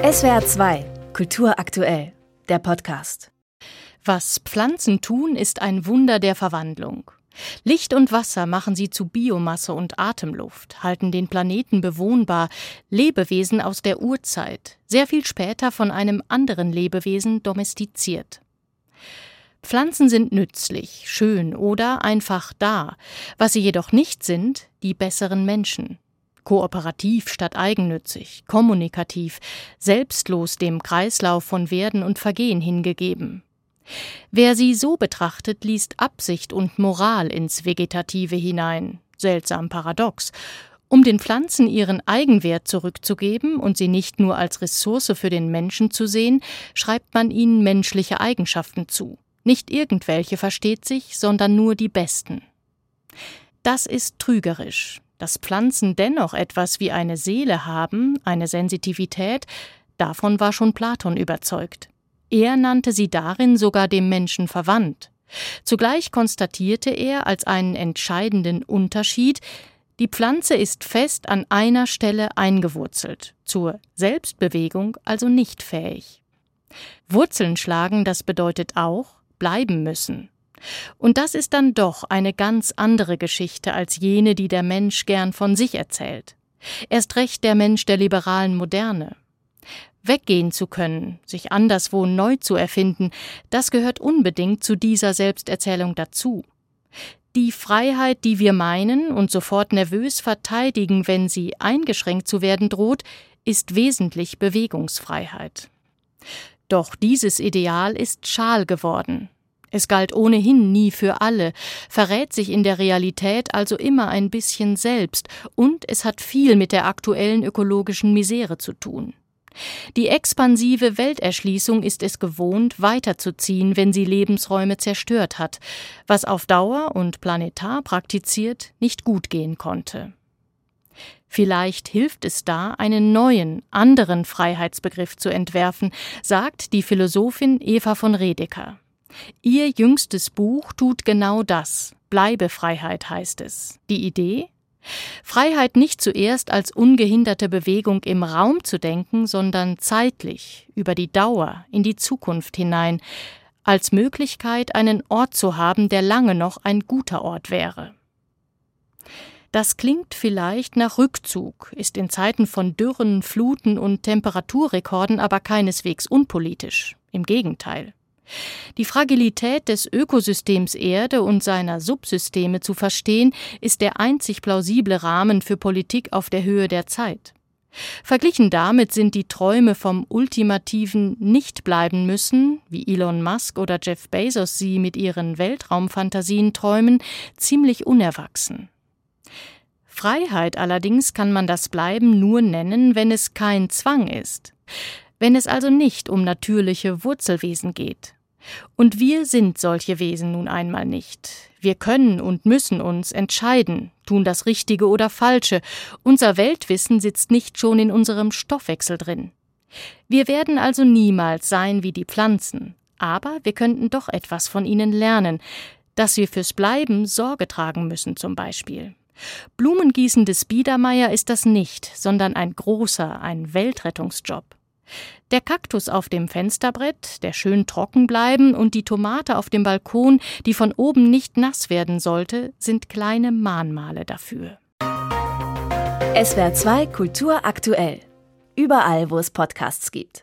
SWR 2, Kultur aktuell, der Podcast. Was Pflanzen tun, ist ein Wunder der Verwandlung. Licht und Wasser machen sie zu Biomasse und Atemluft, halten den Planeten bewohnbar, Lebewesen aus der Urzeit, sehr viel später von einem anderen Lebewesen domestiziert. Pflanzen sind nützlich, schön oder einfach da. Was sie jedoch nicht sind, die besseren Menschen. Kooperativ statt eigennützig, kommunikativ, selbstlos dem Kreislauf von Werden und Vergehen hingegeben. Wer sie so betrachtet, liest Absicht und Moral ins Vegetative hinein. Seltsam paradox. Um den Pflanzen ihren Eigenwert zurückzugeben und sie nicht nur als Ressource für den Menschen zu sehen, schreibt man ihnen menschliche Eigenschaften zu. Nicht irgendwelche, versteht sich, sondern nur die besten. Das ist trügerisch. Dass Pflanzen dennoch etwas wie eine Seele haben, eine Sensitivität, davon war schon Platon überzeugt. Er nannte sie darin sogar dem Menschen verwandt. Zugleich konstatierte er als einen entscheidenden Unterschied, die Pflanze ist fest an einer Stelle eingewurzelt, zur Selbstbewegung also nicht fähig. Wurzeln schlagen, das bedeutet auch bleiben müssen. Und das ist dann doch eine ganz andere Geschichte als jene, die der Mensch gern von sich erzählt. Erst recht der Mensch der liberalen Moderne. Weggehen zu können, sich anderswo neu zu erfinden, das gehört unbedingt zu dieser Selbsterzählung dazu. Die Freiheit, die wir meinen und sofort nervös verteidigen, wenn sie eingeschränkt zu werden droht, ist wesentlich Bewegungsfreiheit. Doch dieses Ideal ist schal geworden. Es galt ohnehin nie für alle, verrät sich in der Realität also immer ein bisschen selbst und es hat viel mit der aktuellen ökologischen Misere zu tun. Die expansive Welterschließung ist es gewohnt, weiterzuziehen, wenn sie Lebensräume zerstört hat, was auf Dauer und planetar praktiziert nicht gut gehen konnte. Vielleicht hilft es da, einen neuen, anderen Freiheitsbegriff zu entwerfen, sagt die Philosophin Eva von Redeker. Ihr jüngstes Buch tut genau das. Bleibefreiheit heißt es. Die Idee? Freiheit nicht zuerst als ungehinderte Bewegung im Raum zu denken, sondern zeitlich, über die Dauer, in die Zukunft hinein, als Möglichkeit, einen Ort zu haben, der lange noch ein guter Ort wäre. Das klingt vielleicht nach Rückzug, ist in Zeiten von Dürren, Fluten und Temperaturrekorden aber keineswegs unpolitisch. Im Gegenteil. Die Fragilität des Ökosystems Erde und seiner Subsysteme zu verstehen, ist der einzig plausible Rahmen für Politik auf der Höhe der Zeit. Verglichen damit sind die Träume vom ultimativen Nicht-Bleiben müssen, wie Elon Musk oder Jeff Bezos sie mit ihren Weltraumfantasien träumen, ziemlich unerwachsen. Freiheit allerdings kann man das Bleiben nur nennen, wenn es kein Zwang ist. Wenn es also nicht um natürliche Wurzelwesen geht. Und wir sind solche Wesen nun einmal nicht. Wir können und müssen uns entscheiden, tun das Richtige oder Falsche. Unser Weltwissen sitzt nicht schon in unserem Stoffwechsel drin. Wir werden also niemals sein wie die Pflanzen. Aber wir könnten doch etwas von ihnen lernen, dass wir fürs Bleiben Sorge tragen müssen zum Beispiel. Blumengießen des Biedermeier ist das nicht, sondern ein großer, ein Weltrettungsjob. Der Kaktus auf dem Fensterbrett, der schön trocken bleiben und die Tomate auf dem Balkon, die von oben nicht nass werden sollte, sind kleine Mahnmale dafür. SWR 2 Kultur aktuell. Überall, wo es Podcasts gibt.